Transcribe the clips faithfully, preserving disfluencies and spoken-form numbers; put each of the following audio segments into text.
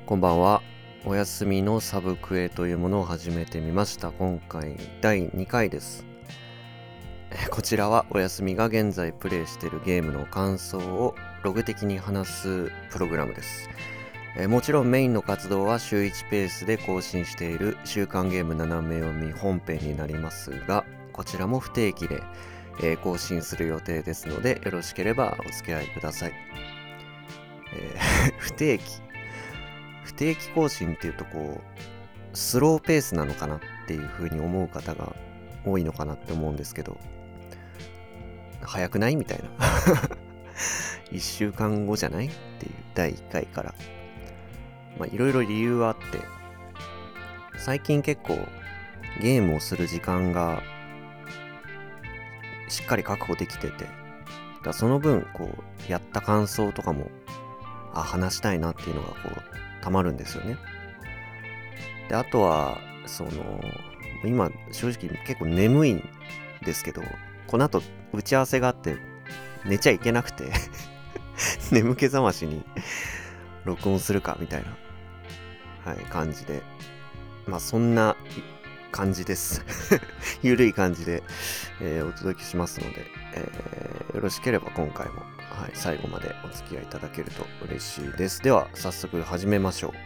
こんばんは。お休みのサブクエというものを始めてみました。今回だいにかいです。えこちらはお休みが現在プレイしているゲームの感想をログ的に話すプログラムです。えもちろんメインの活動は週いちペースで更新している週刊ゲーム斜め読み本編になりますが、こちらも不定期で、えー更新する予定ですので、よろしければお付き合いください。えー不定期不定期更新っていうとこうスローペースなのかなっていう風に思う方が多いのかなって思うんですけど、早くないみたいないっしゅうかんごじゃないっていうだいいっかいからまあいろいろ理由はあって、最近結構ゲームをする時間がしっかり確保できてて、だからその分こうやった感想とかもあ話したいなっていうのがこうたまるんですよね。であとはその今正直結構眠いんですけど、この後打ち合わせがあって寝ちゃいけなくて眠気覚ましに録音するかみたいな、はい、感じで、まあそんな感じですゆるい感じで、えーお届けしますので、えーよろしければ今回も、はい、最後までお付き合いいただけると嬉しいです。では早速始めましょう。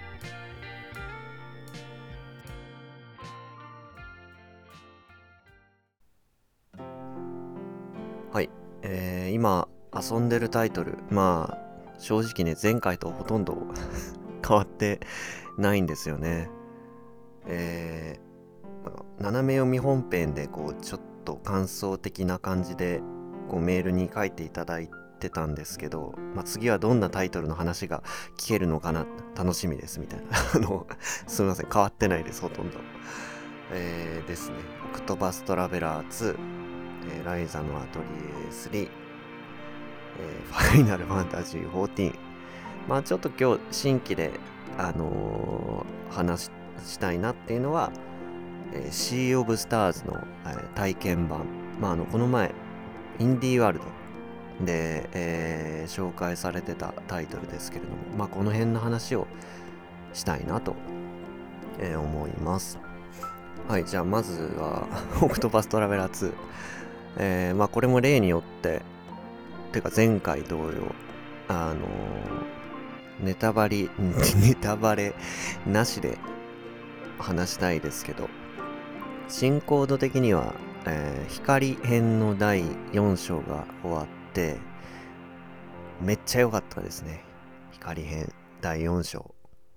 はい、えー今遊んでるタイトル、まあ正直ね前回とほとんど変わってないんですよね。えー斜め読み本編でこうちょっと感想的な感じでこうメールに書いていただいてたんですけど、まあ、次はどんなタイトルの話が聞けるのかな楽しみですみたいなあのすみません変わってないですほとんど。えー、ですねオクトバストラベラーツー、えーライザのアトリエスリー、えーファイナルファンタジーフォーティーン、まあちょっと今日新規であのー話ししたいなっていうのは、えーシー・オブ・スターズの、えー体験版、まああのこの前インディーワールドで、えー紹介されてたタイトルですけれども、まあこの辺の話をしたいなと、えー思います。はい、じゃあまずはオクトパストラベラーツー、えーまあこれも例によっててか前回同様あのーネタバレネタバレなしで話したいですけど、進行度的には、えー光編のだいよん章が終わってめっちゃ良かったですね。光編だいよん章、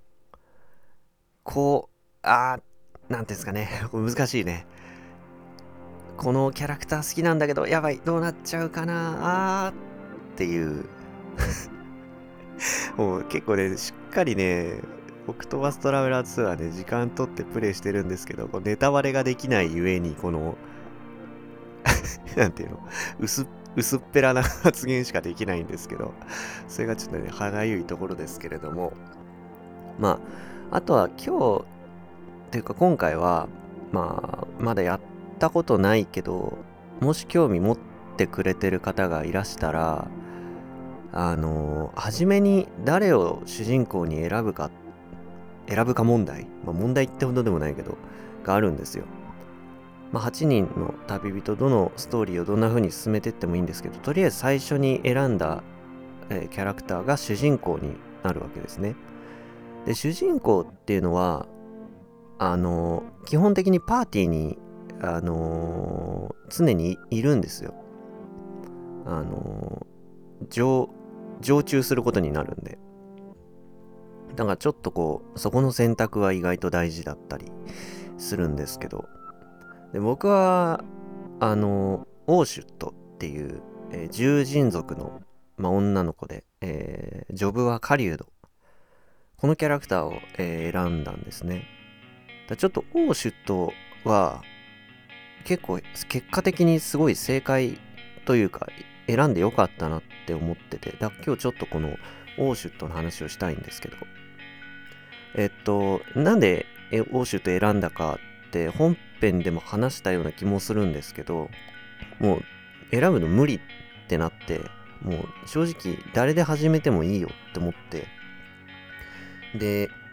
こうあーなんていうんですかね難しいね。このキャラクター好きなんだけどやばいどうなっちゃうかなあーっていうもう結構ねしっかりねオクトバストラベラーツーはね時間取ってプレイしてるんですけど、こうネタバレができないゆえにこのなんていうの薄薄っぺらな発言しかできないんですけど、それがちょっとね歯がゆいところですけれども、まああとは今日っていうか今回はまあまだやったことないけど、もし興味持ってくれてる方がいらしたら、あの初めに誰を主人公に選ぶか選ぶか問題、まあ、問題ってほどでもないけどがあるんですよ。まあ、はちにんの旅人どのストーリーをどんな風に進めていってもいいんですけど、とりあえず最初に選んだ、えーキャラクターが主人公になるわけですね。で主人公っていうのはあのー基本的にパーティーにあのー常にいるんですよ。あのー常常駐することになるんで、だからちょっとこうそこの選択は意外と大事だったりするんですけど、で僕はあのオーシュットっていう、えー獣人族の、まあ、女の子で、えージョブは狩人、このキャラクターを、えー選んだんですね。だちょっとオーシュットは結構結果的にすごい正解というか選んでよかったなって思ってて、だ今日ちょっとこのオーシュットの話をしたいんですけど、えっとなんでえオーシュット選んだかって本編でも話したような気もするんですけど、もう選ぶの無理ってなって、もう正直誰で始めてもいいよって思って、で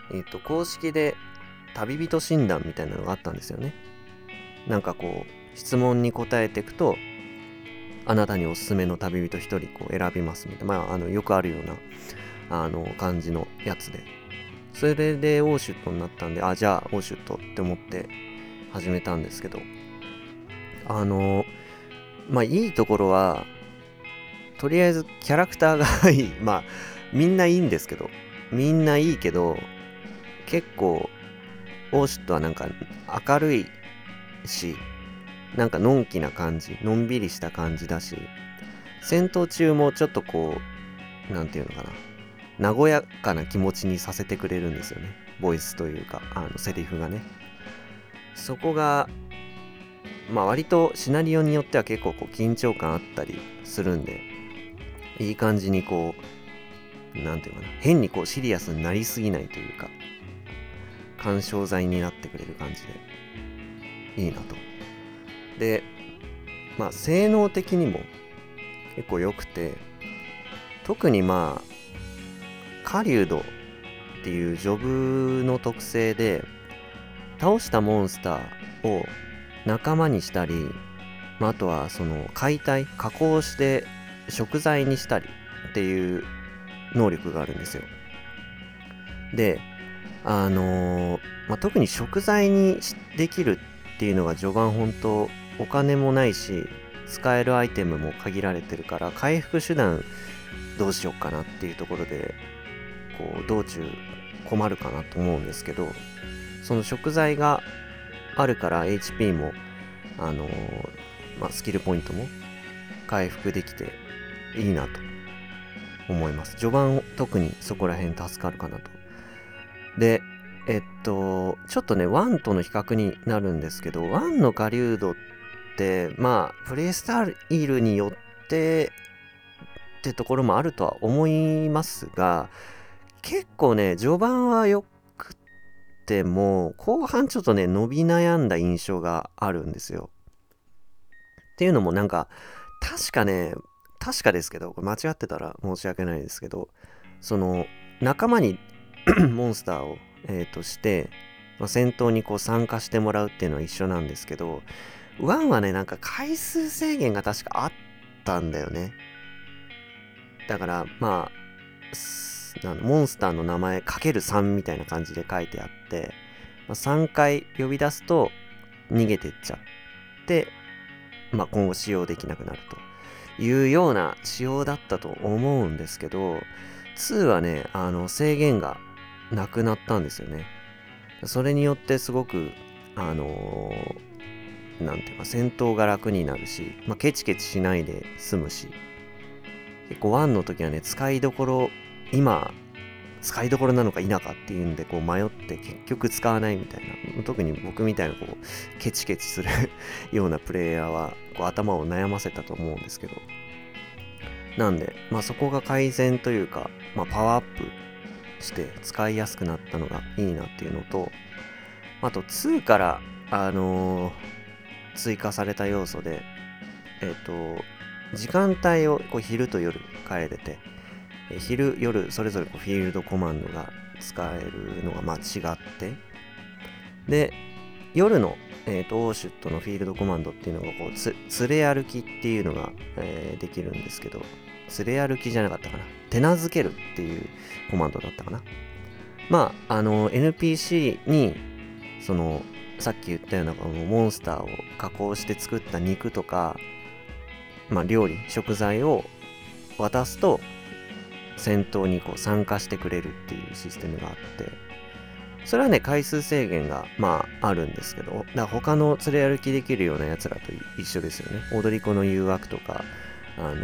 えっと、公式で旅人診断みたいなのがあったんですよね。なんかこう、質問に答えていくと、あなたにおすすめの旅人一人こう選びますみたいな、まあ、あの、よくあるような、あの、感じのやつで。それでオーシュットになったんで、あ、じゃあオーシュットって思って始めたんですけど、あの、まあ、いいところは、とりあえずキャラクターがいい。まあ、みんないいんですけど、みんないいけど、結構、オーシュットはなんか明るいし、なんかのんきな感じ、のんびりした感じだし、戦闘中もちょっとこう、なんていうのかな、和やかな気持ちにさせてくれるんですよね。ボイスというか、あの、セリフがね。そこが、まあ割とシナリオによっては結構こう緊張感あったりするんで、いい感じにこう、なんていうかな、変にこうシリアスになりすぎないというか、緩衝材になってくれる感じで、いいなと。で、まあ性能的にも結構良くて、特にまあ、狩人っていうジョブの特性で、倒したモンスターを仲間にしたり、まあ、あとはその解体、加工して食材にしたりっていう能力があるんですよ。で、あのーまあ、特に食材にできるっていうのが序盤本当お金もないし、使えるアイテムも限られてるから、回復手段どうしようかなっていうところで、こう道中困るかなと思うんですけど、その食材があるから エイチピー もあのーまあ、スキルポイントも回復できていいなと思います。序盤特にそこら辺助かるかなと。で、えっと、ちょっとね、ワンとの比較になるんですけど、ワンの狩人って、まあ、プレイスタイルによってってところもあるとは思いますが、結構ね、序盤は良くても、後半ちょっとね、伸び悩んだ印象があるんですよ。っていうのもなんか、確かね、確かですけど、これ間違ってたら申し訳ないですけど、その、仲間にモンスターを、えー、として、まあ、戦闘にこう参加してもらうっていうのは一緒なんですけど、ワンはね、なんか回数制限が確かあったんだよね。だから、まあ、モンスターの名前かけるさんみたいな感じで書いてあって、まあ、さんかい呼び出すと逃げてっちゃって、まあ、今後使用できなくなるというような仕様だったと思うんですけど、ツーはね、あの制限がなくなったんですよね。それによってすごく、あのー、なんていうか、戦闘が楽になるし、まあ、ケチケチしないで済むし、結構ワンの時はね、使いどころ、今、使いどころなのか否かっていうんでこう迷って結局使わないみたいな、特に僕みたいなこうケチケチするようなプレイヤーはこう頭を悩ませたと思うんですけど、なんでまあそこが改善というか、まあ、パワーアップして使いやすくなったのがいいなっていうのと、あとツーからあのー、追加された要素でえっ、ー、と時間帯をこう昼と夜変えれて、昼夜それぞれこうフィールドコマンドが使えるのがまあ違って、で夜の、えー、とオーシュットのフィールドコマンドっていうのがこうつ連れ歩きっていうのが、えーできるんですけど、連れ歩きじゃなかったかな、手なずけるっていうコマンドだったかな。まああの エヌピーシー にそのさっき言ったようなこのモンスターを加工して作った肉とか、まあ、料理食材を渡すと戦闘にこう参加してくれるっていうシステムがあって、それはね回数制限がまああるんですけど、だから他の連れ歩きできるようなやつらと一緒ですよね。踊り子の誘惑とか、あのー、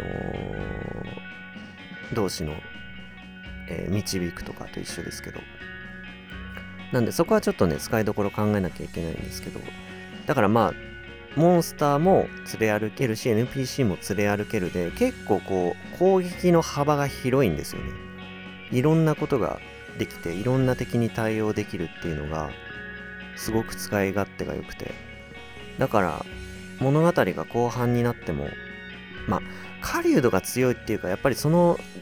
同士の、えー、導くとかと一緒ですけど、なんでそこはちょっとね使いどころ考えなきゃいけないんですけど、だからまあモンスターも連れ歩けるし エヌピーシー も連れ歩けるで、結構こう攻撃の幅が広いんですよね。いろんなことができて、いろんな敵に対応できるっていうのがすごく使い勝手が良くて、だから物語が後半になっても、まあ狩人が強いっていうか、やっぱりその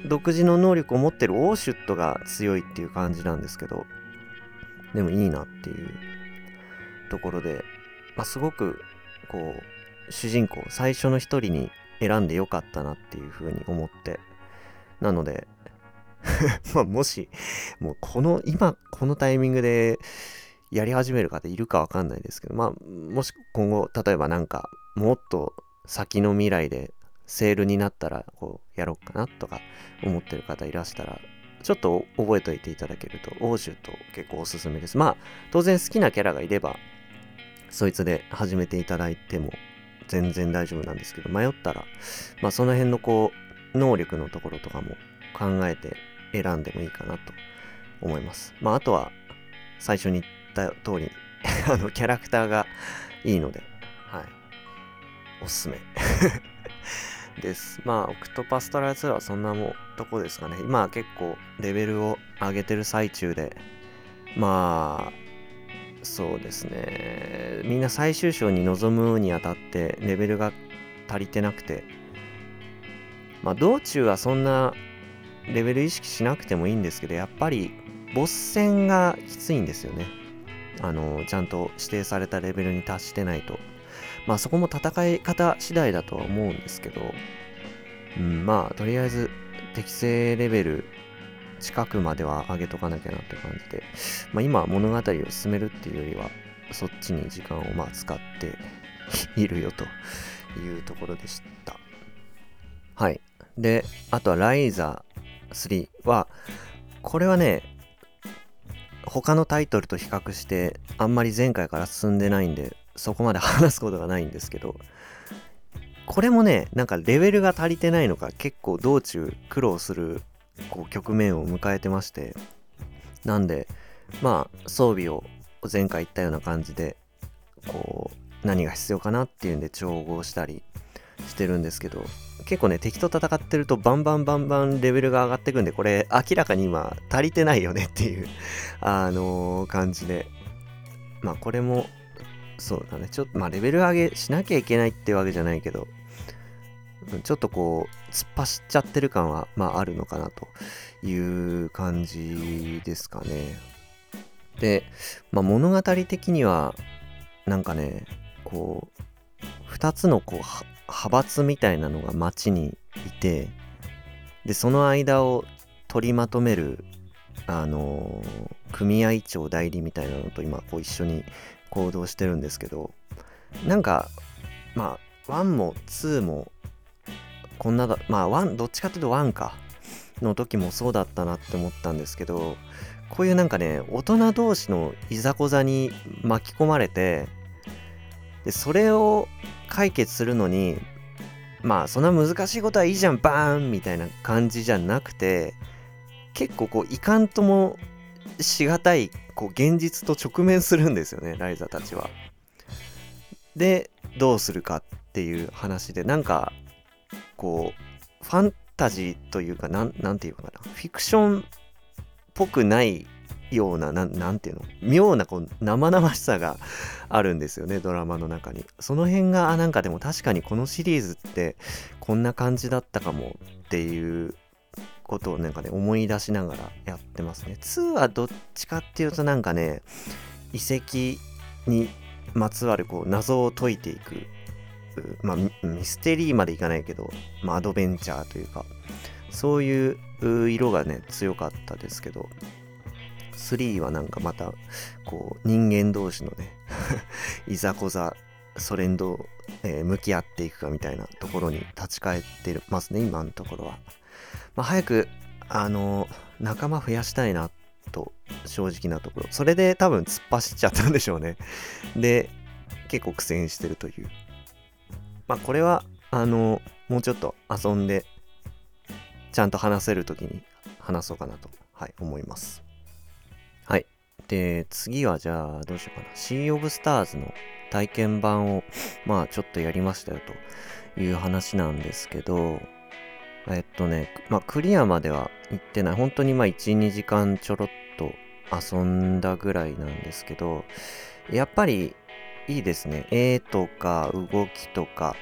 独自の能力を持ってるオーシュットが強いっていう感じなんですけど、でもいいなっていうところで、まあ、すごくこう主人公最初の一人に選んでよかったなっていう風に思って、なのでまあもしもうこの今このタイミングでやり始める方いるかわかんないですけど、まあもし今後例えばなんかもっと先の未来でセールになったらこうやろうかなとか思ってる方いらしたら、ちょっと覚えておいていただけるとオーシュと結構おすすめです。まあ当然好きなキャラがいればそいつで始めていただいても全然大丈夫なんですけど、迷ったらまあその辺のこう能力のところとかも考えて選んでもいいかなと思います。まああとは最初に言った通りあのキャラクターがいいので、はい、おすすめです。まあオクトパストライツアーはそんなもんとこですかね。今は結構レベルを上げてる最中で、まあそうですね、みんな最終章に臨むにあたってレベルが足りてなくて、まあ道中はそんなレベル意識しなくてもいいんですけど、やっぱりボス戦がきついんですよね。あのちゃんと指定されたレベルに達してないと。まあそこも戦い方次第だとは思うんですけど、うん、まあとりあえず適正レベル近くまでは上げとかなきゃなって感じで、まあ今は物語を進めるっていうよりはそっちに時間をまあ使っているよというところでした。はい。で、あとはライザースリーは、これはね、他のタイトルと比較してあんまり前回から進んでないんでそこまで話すことがないんですけど、これもねなんかレベルが足りてないのか結構道中苦労するこう局面を迎えてまして、なんでまあ装備を前回言ったような感じでこう何が必要かなっていうんで調合したりしてるんですけど、結構ね敵と戦ってるとバンバンバンバンレベルが上がってくんで、これ明らかに今足りてないよねっていうあのー、感じで、まあこれもそうだね、ちょっとまあレベル上げしなきゃいけないってわけじゃないけど、ちょっとこう突っ走っちゃってる感はまああるのかなという感じですかね。で、まあ、物語的にはなんかねこうふたつのこう派閥みたいなのが街にいて、でその間を取りまとめるあのー、組合長代理みたいなのと今こう一緒に行動してるんですけど、なんかまあワンもツーもこんなだ、まあワンどっちかっていうとワンかの時もそうだったなって思ったんですけど、こういうなんかね大人同士のいざこざに巻き込まれて、でそれを解決するのにまあそんな難しいことはいいじゃんバーンみたいな感じじゃなくて、結構こういかんともしがたいこう現実と直面するんですよねライザたちは。でどうするかっていう話で、なんかこうファンタジーというかなんなんていうかな、フィクションっぽくないような、な ん, なんていうの妙なこう生々しさがあるんですよねドラマの中に。その辺がなんかでも確かにこのシリーズってこんな感じだったかもっていうことをなんかね思い出しながらやってますね。ツーはどっちかっていうとなんかね遺跡にまつわるこう謎を解いていく、まあミステリーまでいかないけど、まあ、アドベンチャーというかそういう色がね強かったですけど、スリーはなんかまたこう人間同士のねいざこざそれにどう、えー向き合っていくかみたいなところに立ち返ってますね今のところは。まあ、早くあの仲間増やしたいなと正直なところ、それで多分突っ走っちゃったんでしょうね。で結構苦戦してるという、まあこれはあのもうちょっと遊んでちゃんと話せるときに話そうかなと、はい、思います。はい。で次はじゃあどうしようかな、シー・オブ・スターズの体験版をまあちょっとやりましたよという話なんですけど、えっとねまあクリアまでは行ってない、本当にまあいち、にじかんちょろっと遊んだぐらいなんですけど、やっぱりいいですね。絵とか動きとか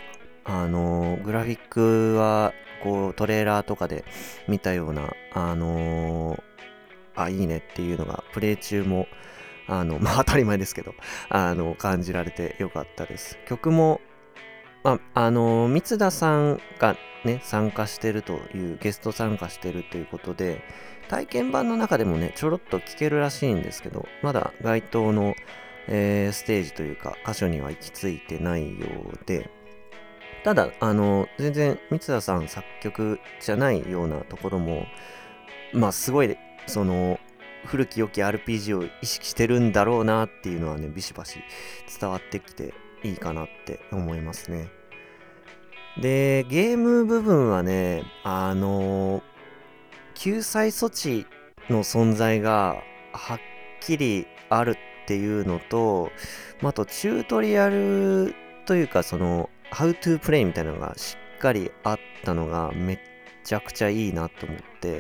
あのーグラフィックはこうトレーラーとかで見たようなあのーあいいねっていうのがプレイ中もあのまあ当たり前ですけどあの感じられてよかったです。曲もああの三田さんがね参加してるというゲスト参加してるということで体験版の中でもねちょろっと聴けるらしいんですけどまだ該当の、えーステージというか箇所には行き着いてないようでただあの全然三田さん作曲じゃないようなところもまあすごいその古き良き アールピージー を意識してるんだろうなっていうのはねビシバシ伝わってきていいかなって思いますね。でゲーム部分はねあの救済措置の存在がはっきりあるっていうのと、まあ、あとチュートリアルというかその How to play みたいなのがしっかりあったのがめっちゃくちゃいいなと思って、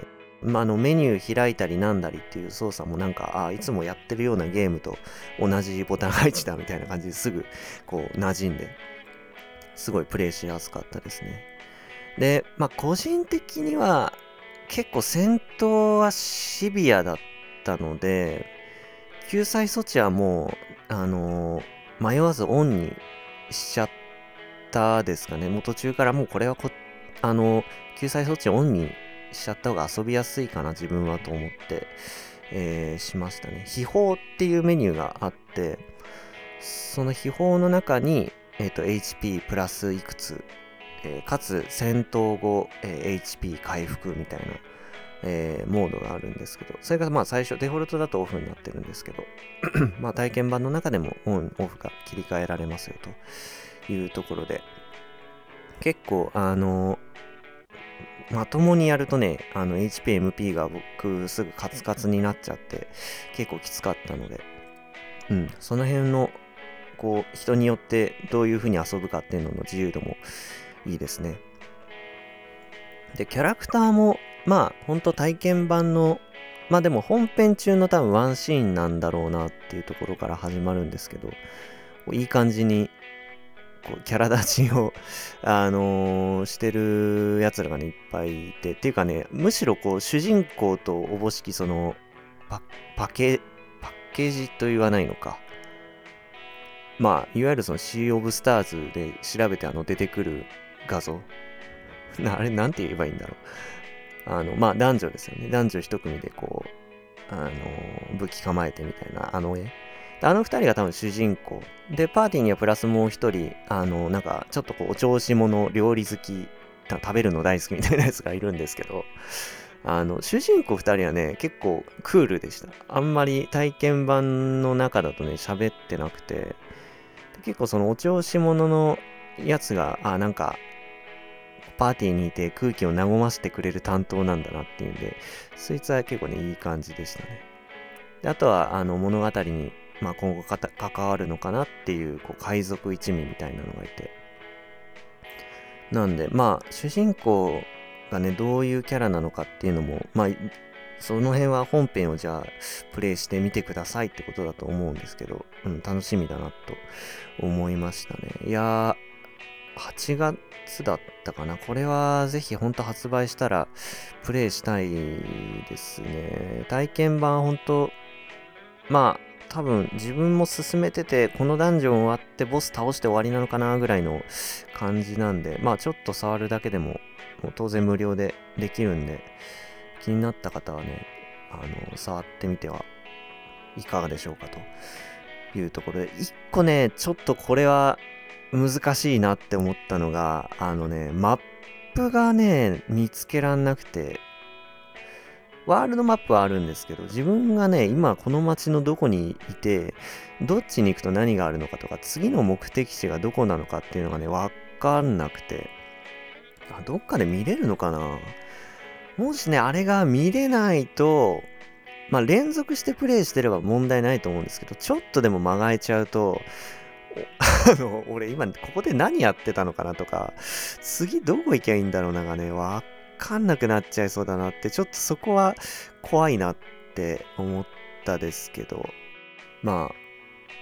まあ、あのメニュー開いたりなんだりっていう操作もなんかあいつもやってるようなゲームと同じボタン配置だみたいな感じですぐこう馴染んですごいプレイしやすかったですね。でまあ個人的には結構戦闘はシビアだったので救済措置はもうあのー迷わずオンにしちゃったですかね。もう途中からもうこれはこあのー救済措置オンにしちゃった方が遊びやすいかな自分はと思って、えーしましたね。秘宝っていうメニューがあってその秘宝の中に、えーと、エイチピー プラスいくつ、えーかつ戦闘後、えーエイチピー 回復みたいな、えーモードがあるんですけどそれがまあ最初デフォルトだとオフになってるんですけどまあ体験版の中でもオンオフが切り替えられますよというところで結構あのまともにやるとねあの エイチピー、エムピー が僕すぐカツカツになっちゃって結構きつかったのでうんその辺のこう人によってどういう風に遊ぶかっていうのの自由度もいいですね。でキャラクターもまあほんと体験版のまあでも本編中の多分ワンシーンなんだろうなっていうところから始まるんですけどいい感じにこうキャラ立ちをあのーしてるやつらがねいっぱいいてっていうかねむしろこう主人公とおぼしきそのパパケパッケージと言わないのかまあいわゆるそのシー・オブ・スターズで調べてあの出てくる画像なあれなんて言えばいいんだろうあのまあ男女ですよね男女一組でこうあの武器構えてみたいなあの絵あの二人が多分主人公でパーティーにはプラスもう一人あのなんかちょっとこうお調子者料理好き食べるの大好きみたいなやつがいるんですけどあの主人公二人はね結構クールでした。あんまり体験版の中だとね喋ってなくて結構そのお調子者のやつがあなんかパーティーにいて空気を和ませてくれる担当なんだなっていうんでそいつは結構ねいい感じでしたね。であとはあの物語に、まあ、今後かた関わるのかなっていう、こう海賊一味みたいなのがいてなんでまあ主人公がねどういうキャラなのかっていうのもまあその辺は本編をじゃあプレイしてみてくださいってことだと思うんですけど、うん、楽しみだなと思いましたね。いやーはちがつだったかなこれはぜひほんと発売したらプレイしたいですね。体験版ほんとまあ多分自分も進めててこのダンジョン終わってボス倒して終わりなのかなぐらいの感じなんでまあちょっと触るだけでももう当然無料でできるんで気になった方はねあの触ってみてはいかがでしょうかというところで一個ねちょっとこれは難しいなって思ったのがあのねマップがね見つけらんなくてワールドマップはあるんですけど自分がね今この街のどこにいてどっちに行くと何があるのかとか次の目的地がどこなのかっていうのがねわかんなくてあどっかで見れるのかなもしねあれが見れないとまあ連続してプレイしてれば問題ないと思うんですけどちょっとでも間が空いちゃうとあの俺今ここで何やってたのかなとか次どこ行きゃいいんだろうながねわかんなくなっちゃいそうだなってちょっとそこは怖いなって思ったですけどまあ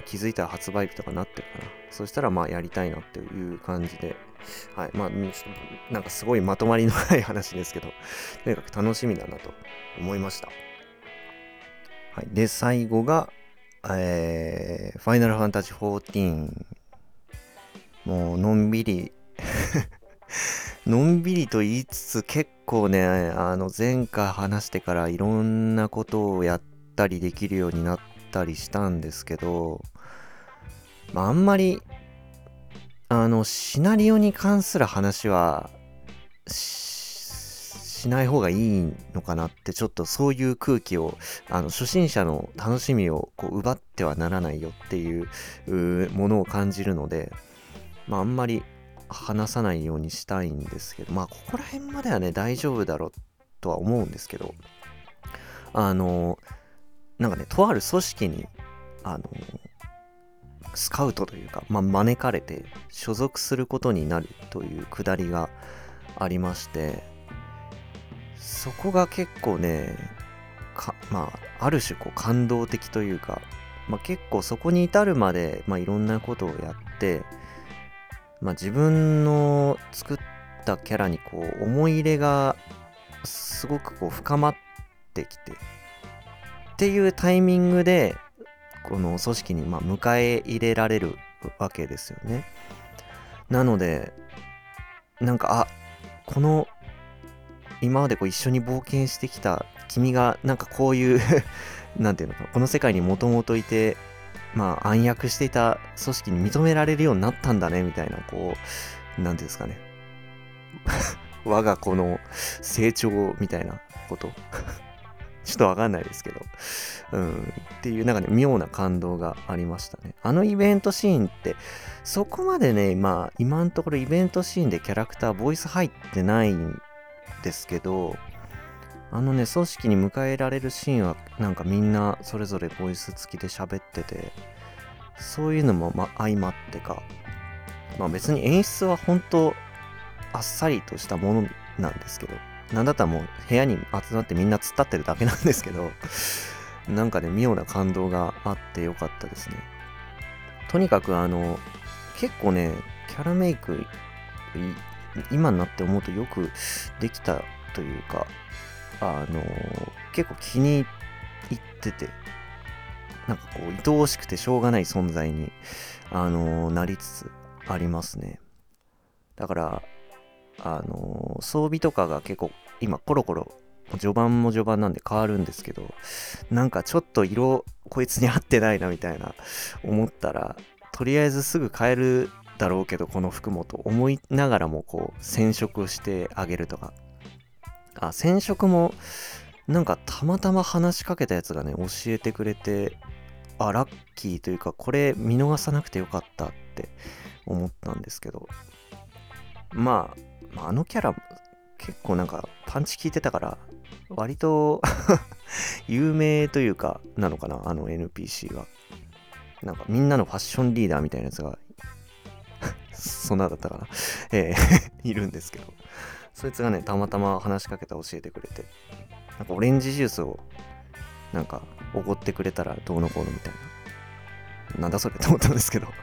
気づいたら発売日とかなってるかな。そしたらまあやりたいなっていう感じで、はい、まあなんかすごいまとまりのない話ですけど、とにかく楽しみだなと思いました。はい、で最後が、えー、ファイナルファンタジーフォーティーン。もうのんびりのんびりと言いつつ結構ね、あの前回話してからいろんなことをやったりできるようになったりしたんですけど、まあ、あんまりあのシナリオに関する話は し, しない方がいいのかなって、ちょっとそういう空気を、あの初心者の楽しみをこう奪ってはならないよっていうものを感じるので、まああんまり話さないようにしたいんですけど、まあここら辺まではね大丈夫だろうとは思うんですけど、あのなんかね、とある組織にあのスカウトというか、まあ、招かれて所属することになるというくだりがありまして、そこが結構ねか、まあ、ある種こう感動的というか、まあ、結構そこに至るまで、まあ、いろんなことをやって、まあ、自分の作ったキャラにこう思い入れがすごくこう深まってきてっていうタイミングでこの組織にまあ迎え入れられるわけですよね。なのでなんかあこの今までこう一緒に冒険してきた君がなんかこういうなんていうのか、この世界にもともといてまあ暗躍していた組織に認められるようになったんだねみたいな、こうなんていうんですかね我が子の成長みたいなことちょっとわかんないですけど、うん、っていうなんかね妙な感動がありましたね。あのイベントシーンってそこまでね、まあ今のところイベントシーンでキャラクターボイス入ってないんですけど、あのね組織に迎えられるシーンはなんかみんなそれぞれボイス付きで喋ってて、そういうのもま相まってか、まあ別に演出は本当あっさりとしたものなんですけど、なんだったらもう部屋に集まってみんな突っ立ってるだけなんですけど、なんかね妙な感動があってよかったですね。とにかくあの結構ねキャラメイク今になって思うとよくできたというか、あの結構気に入ってて、なんかこう愛おしくてしょうがない存在にあのなりつつありますね。だからあの装備とかが結構今コロコロ序盤も序盤なんで変わるんですけど、なんかちょっと色こいつに合ってないなみたいな思ったら、とりあえずすぐ変えるだろうけどこの服もと思いながらもこう染色してあげるとか、あ染色もなんかたまたま話しかけたやつがね教えてくれて、あラッキーというかこれ見逃さなくてよかったって思ったんですけど、まああのキャラ結構なんかパンチ効いてたから割と有名というかなのかな、あの エヌピーシー は。なんかみんなのファッションリーダーみたいなやつがそんなだったかなえーいるんですけど、そいつがねたまたま話しかけた教えてくれて、なんかオレンジジュースをなんかおごってくれたらどうのこうのみたいな、なんだそれと思ったんですけど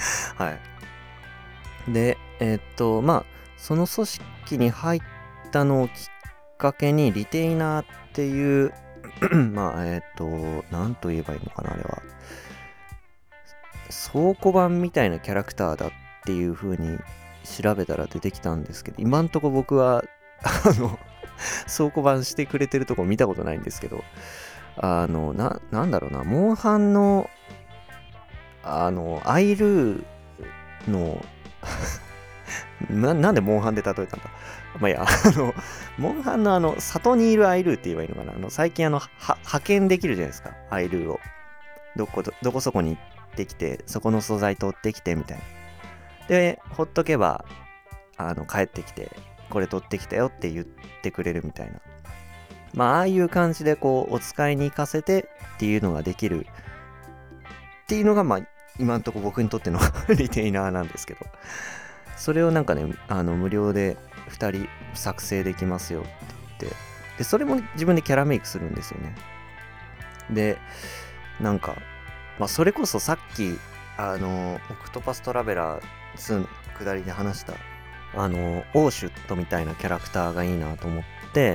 はいでえー、っとまあその組織に入ったのをきっかけにリテイナーっていうまあえー、っとなんと言えばいいのかな、あれは倉庫版みたいなキャラクターだっていう風に調べたら出てきたんですけど、今んとこ僕はあの倉庫版してくれてるとこ見たことないんですけど、あのななんだろうな、モンハンのあのアイルーのな, なんでモンハンで例えたんだ、まあいや、あのモンハンのあの里にいるアイルーって言えばいいのかな、あの最近あのは派遣できるじゃないですか、アイルーをどこどどこそこに行ってきてそこの素材取ってきてみたいなでほっとけばあの帰ってきてこれ取ってきたよって言ってくれるみたいな、まあああいう感じでこうお使いに行かせてっていうのができるっていうのがまあ今んとこ僕にとってのリテイナーなんですけど、それをなんかねあの無料でふたり作成できますよって言って、でそれも自分でキャラメイクするんですよね。でなんかまあそれこそさっきあのオクトパストラベラーツーの下りで話したあのオーシュットみたいなキャラクターがいいなと思って、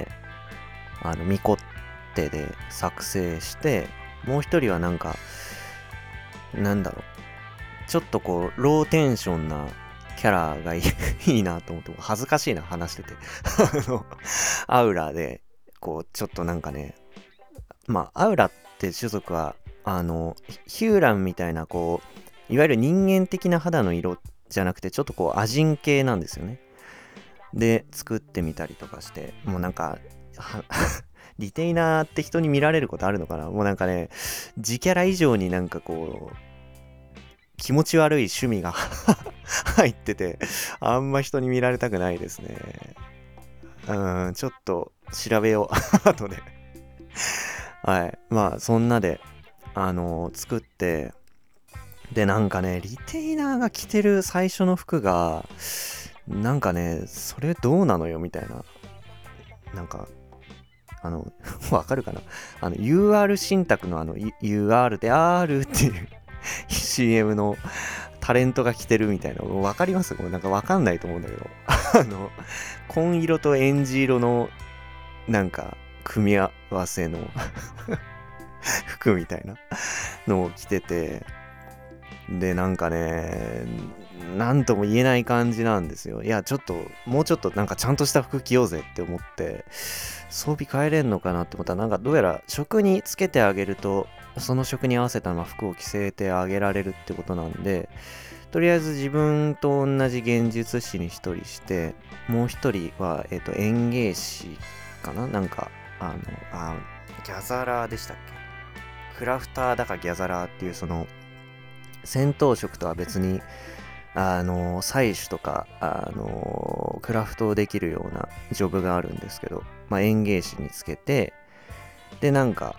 あのミコッテで作成して、もう一人はなんかなんだろう、ちょっとこうローテンションなキャラがいいいいなと思って、恥ずかしいな話しててあのアウラでこうちょっとなんかね、まあアウラって種族はあのヒューランみたいなこういわゆる人間的な肌の色じゃなくて、ちょっとこうアジン系なんですよね。で作ってみたりとかして、もうなんかリテイナーって人に見られることあるのかな。もうなんかね、自キャラ以上になんかこう気持ち悪い趣味が入ってて、あんま人に見られたくないですね。うん、ちょっと調べよう後ではい、まあそんなであのー作って、でなんかね、リテイナーが着てる最初の服がなんかね、それどうなのよみたいな、なんかあのわかるかな、あの ユーアール 信託のあの ユーアール で R っていう シーエム のタレントが着てるみたいな、わかります？これなんかわかんないと思うんだけどあの紺色とエンジ色のなんか組み合わせの服みたいなのを着てて、でなんかね、なんとも言えない感じなんですよ。いやちょっともうちょっとなんかちゃんとした服着ようぜって思って装備変えれんのかなって思ったら、なんかどうやら職につけてあげるとその職に合わせたまあ服を着せてあげられるってことなんで、とりあえず自分と同じ現実師に一人して、もう一人はえっ、と園芸師かな、なんかあのあギャザラーでしたっけ、クラフターだかギャザラーっていう、その戦闘職とは別にあの採取とかあのクラフトできるようなジョブがあるんですけど、まあ、園芸師につけて、でなんか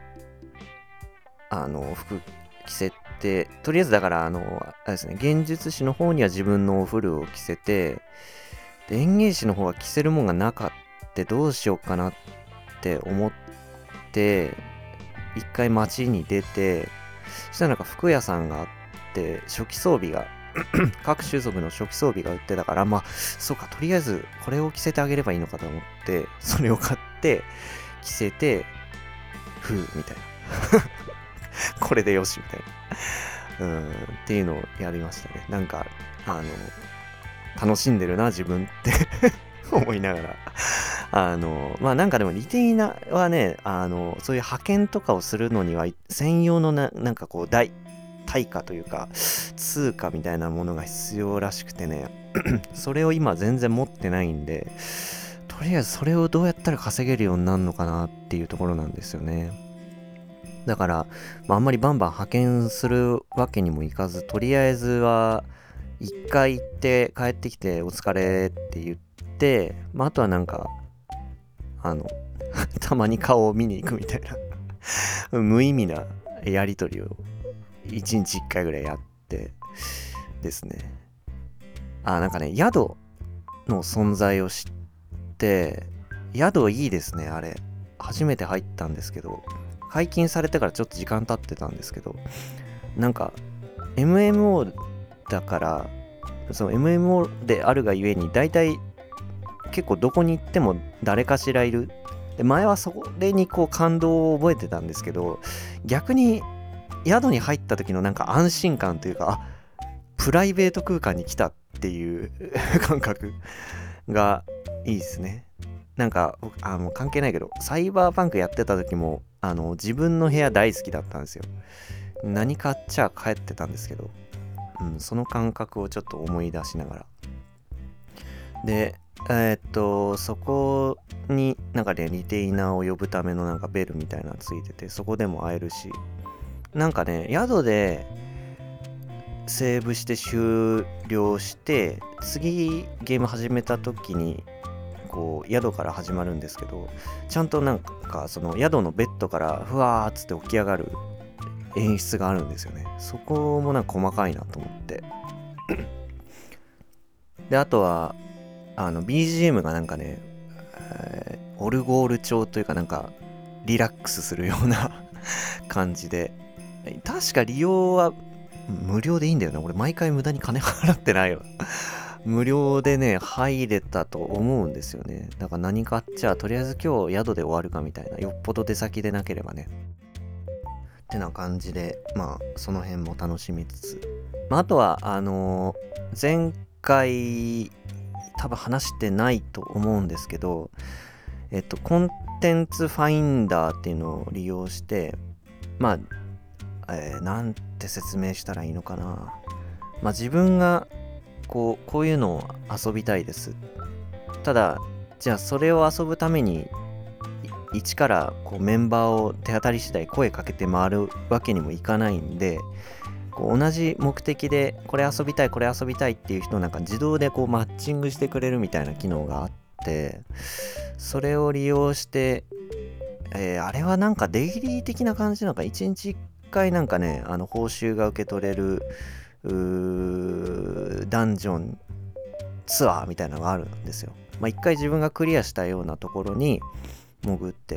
あの服着せて、とりあえずだからあのあれですね、現実師の方には自分のおフルを着せて、で園芸師の方は着せるもんがなかったどうしようかなって思って、一回街に出て、そしたらなんか服屋さんがあって、初期装備が各種族の初期装備が売ってたから、まあそうか、とりあえずこれを着せてあげればいいのかと思って、それを買って着せてふうみたいなこれでよしみたいな、うんっていうのをやりましたね。なんかあの楽しんでるな自分って思いながら、あのまあなんかでもリテイナーはね、あのそういう派遣とかをするのには専用のななんかこう大対価というか通貨みたいなものが必要らしくてねそれを今全然持ってないんで、とりあえずそれをどうやったら稼げるようになるのかなっていうところなんですよね。だから、まあ、あんまりバンバン派遣するわけにもいかず、とりあえずは一回行って帰ってきてお疲れって言って、まあ、あとはなんかあのたまに顔を見に行くみたいな無意味なやり取りをいちにちいっかいぐらいやってですね、あなんかね、宿の存在を知って、宿いいですね。あれ初めて入ったんですけど、解禁されてからちょっと時間経ってたんですけど、なんか エムエムオー だから、その エムエムオー であるがゆえに大体結構どこに行っても誰かしらいる。で前はそれにこう感動を覚えてたんですけど、逆に宿に入った時のなんか安心感というか、あプライベート空間に来たっていう感覚がいいですね。なんかあの関係ないけど、サイバーパンクやってた時もあの自分の部屋大好きだったんですよ。何買っちゃ帰ってたんですけど、うん、その感覚をちょっと思い出しながら、でえー、っとそこになんかねリテイナーを呼ぶためのなんかベルみたいなのついてて、そこでも会えるし、なんかね宿でセーブして終了して、次ゲーム始めた時にこう宿から始まるんですけど、ちゃんとなんかその宿のベッドからふわーっつって起き上がる演出があるんですよね。そこもなんか細かいなと思ってであとはあの ビージーエム がなんかね、えーオルゴール調というか、なんかリラックスするような感じで、 確か利用は無料でいいんだよね。俺毎回無駄に金払ってないわ。無料でね、入れたと思うんですよね。だから何かあっちゃ、とりあえず今日宿で終わるかみたいな。よっぽど出先でなければね。ってな感じで、まあ、その辺も楽しみつつ。まあ、あとは、あのー前回、多分話してないと思うんですけど、えっと、コンテンツファインダーっていうのを利用して、まあ、えーなんて説明したらいいのかな。まあ、自分が、こう、こういうのを遊びたいです。ただ、じゃあそれを遊ぶために、い一からこうメンバーを手当たり次第声かけて回るわけにもいかないんで、こう同じ目的でこれ遊びたいこれ遊びたいっていう人をなんか自動でこうマッチングしてくれるみたいな機能があって、それを利用して、えーあれはなんかデイリー的な感じなんかいちにちいっかいなんかね、あの報酬が受け取れるうーダンジョンツアーみたいなのがあるんですよ。まあ一回自分がクリアしたようなところに潜ってって、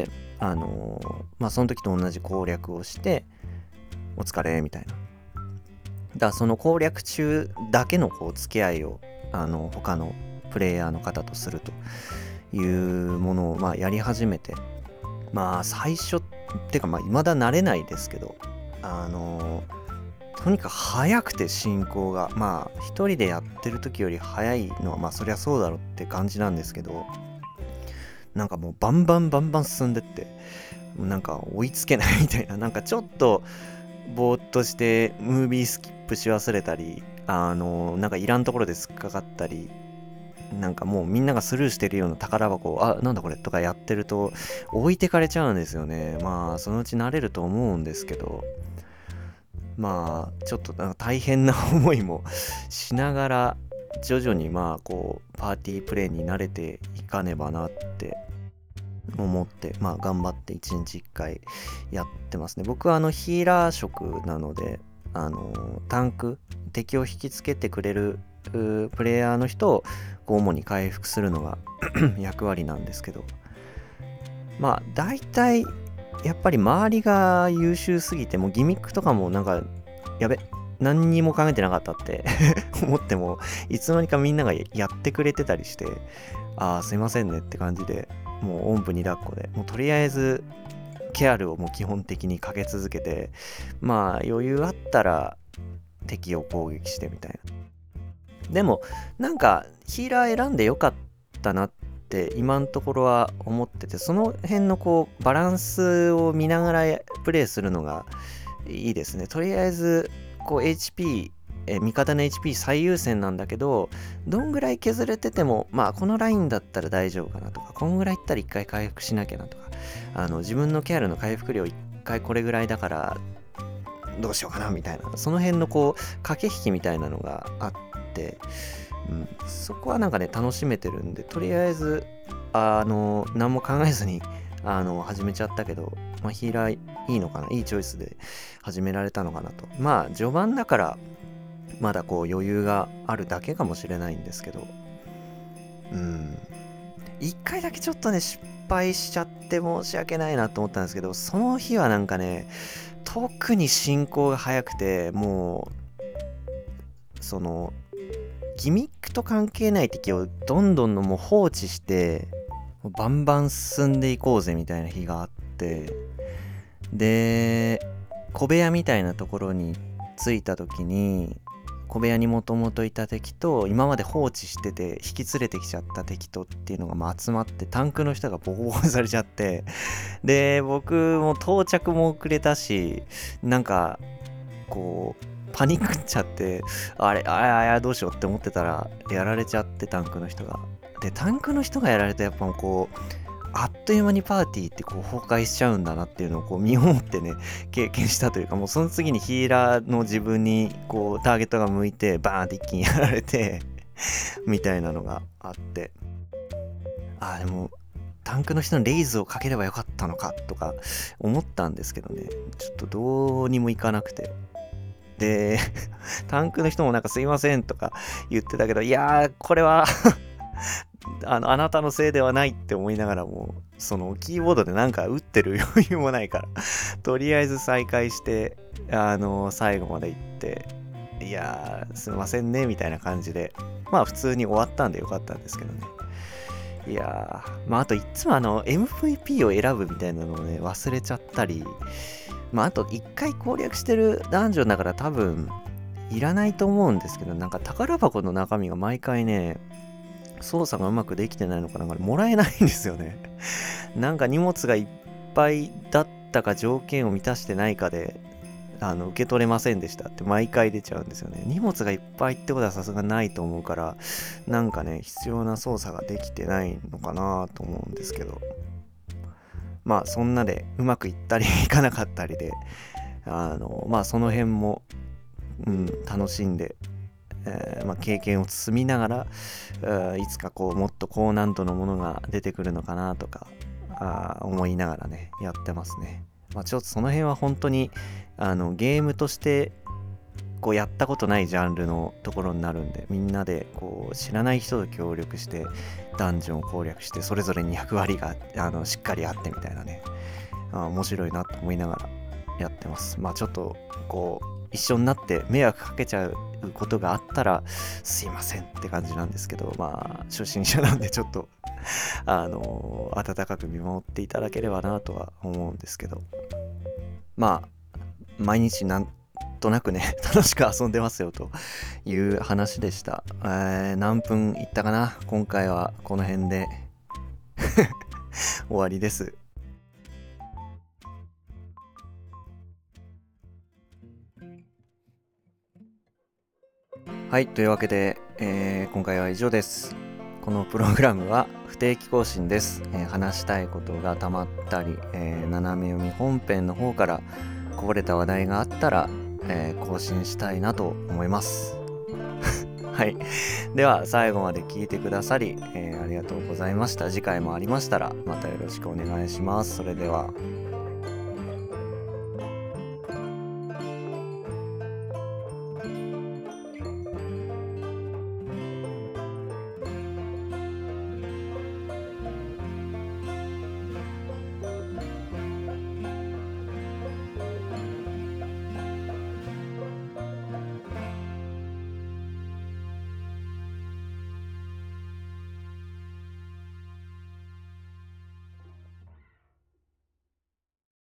あのーまあその時と同じ攻略をしてお疲れみたいな。だからその攻略中だけのこう付き合いをあの他のプレイヤーの方とするというものをまあやり始めて、まあ最初ってかまあ未だ慣れないですけど、あのーとにかく早くて進行がまあ一人でやってる時より早いのはまあそりゃそうだろうって感じなんですけど、なんかもうバンバンバンバン進んでって、なんか追いつけないみたいな、なんかちょっとぼーっとしてムービースキップし忘れたり、あのなんかいらんところで突っかかったり、なんかもうみんながスルーしてるような宝箱を、あ、なんだこれとかやってると置いてかれちゃうんですよね。まあそのうち慣れると思うんですけど、まあちょっとなんか大変な思いもしながら徐々にまあこうパーティープレイに慣れていかねばなって思って、まあ頑張っていちにちいっかいやってますね。僕はあのヒーラー職なので、あのタンク敵を引きつけてくれるうプレイヤーの人をこう主に回復するのが役割なんですけど、まあ大体やっぱり周りが優秀すぎて、もうギミックとかもなんかやべ何にも考えてなかったって思っても、いつの間にかみんながやってくれてたりして、ああすいませんねって感じで、もうおんぶに抱っこで、もうとりあえずケアルをもう基本的にかけ続けて、まあ余裕あったら敵を攻撃してみたいな。でもなんかヒーラー選んでよかったなって今のところは思ってて、その辺のこうバランスを見ながらプレイするのがいいですね。とりあえずこう エイチピー、え味方の エイチピー 最優先なんだけど、どんぐらい削れててもまあこのラインだったら大丈夫かなとか、こんぐらいいったら一回回復しなきゃなとか、あの自分のケアルの回復量一回これぐらいだからどうしようかなみたいな、その辺のこう駆け引きみたいなのがあって、うん、そこはなんかね楽しめてるんで、とりあえずあの何も考えずにあの始めちゃったけど、まあ、ヒーラーいいのかな、いいチョイスで始められたのかなと。まあ序盤だからまだこう余裕があるだけかもしれないんですけど、うん一回だけちょっとね失敗しちゃって申し訳ないなと思ったんですけど、その日はなんかね特に進行が早くて、もうそのギミックと関係ない敵をどんどんのもう放置してバンバン進んでいこうぜみたいな日があって、で小部屋みたいなところに着いた時に、小部屋にもともといた敵と今まで放置してて引き連れてきちゃった敵とっていうのがまあ集まって、タンクの人がボコボコにされちゃって、で僕も到着も遅れたし、なんかこうパニックっちゃって、あれあれあれどうしようって思ってたらやられちゃって、タンクの人が。でタンクの人がやられて、やっぱこうあっという間にパーティーってこう崩壊しちゃうんだなっていうのをこう身をもってね経験したというか、もうその次にヒーラーの自分にこうターゲットが向いてバーンって一気にやられてみたいなのがあって、あでもタンクの人のレイズをかければよかったのかとか思ったんですけどね、ちょっとどうにもいかなくて、でタンクの人もなんかすいませんとか言ってたけど、いやーこれはあの、あなたのせいではないって思いながらも、そのキーボードでなんか打ってる余裕もないから、とりあえず再開して、あの、最後まで行って、いやー、すいませんね、みたいな感じで、まあ普通に終わったんでよかったんですけどね。いやー、まああといつもあの エムブイピー を選ぶみたいなのをね、忘れちゃったり、まああと一回攻略してるダンジョンだから多分いらないと思うんですけど、なんか宝箱の中身が毎回ね、操作がうまくできてないのかなんかもらえないんですよね。なんか荷物がいっぱいだったか条件を満たしてないかで、あの、受け取れませんでしたって毎回出ちゃうんですよね。荷物がいっぱいってことはさすがないと思うから、なんかね、必要な操作ができてないのかなと思うんですけど。まあ、そんなでうまくいったりいかなかったりで、あの、まあ、その辺も、うん、楽しんで、えーまあ、経験を積みながら、いつかこう、もっと高難度のものが出てくるのかなとか、あ思いながらね、やってますね。まあ、ちょっとその辺は本当にあのゲームとしてこうやったことないジャンルのところになるんで、みんなでこう知らない人と協力してダンジョンを攻略して、それぞれに役割があのしっかりあってみたいなね、あ面白いなと思いながらやってます。まあちょっとこう一緒になって迷惑かけちゃうことがあったらすいませんって感じなんですけど、まあ初心者なんでちょっとあの温かく見守っていただければなとは思うんですけど、まあ毎日なんとなくね楽しく遊んでますよという話でした。えー、何分いったかな。今回はこの辺で終わりです。はい、というわけで、えー今回は以上です。このプログラムは不定期更新です。えー話したいことがたまったり、えー斜め読み本編の方からこぼれた話題があったら、えー更新したいなと思います。はい。では、最後まで聞いてくださり、えーありがとうございました。次回もありましたら、またよろしくお願いします。それでは。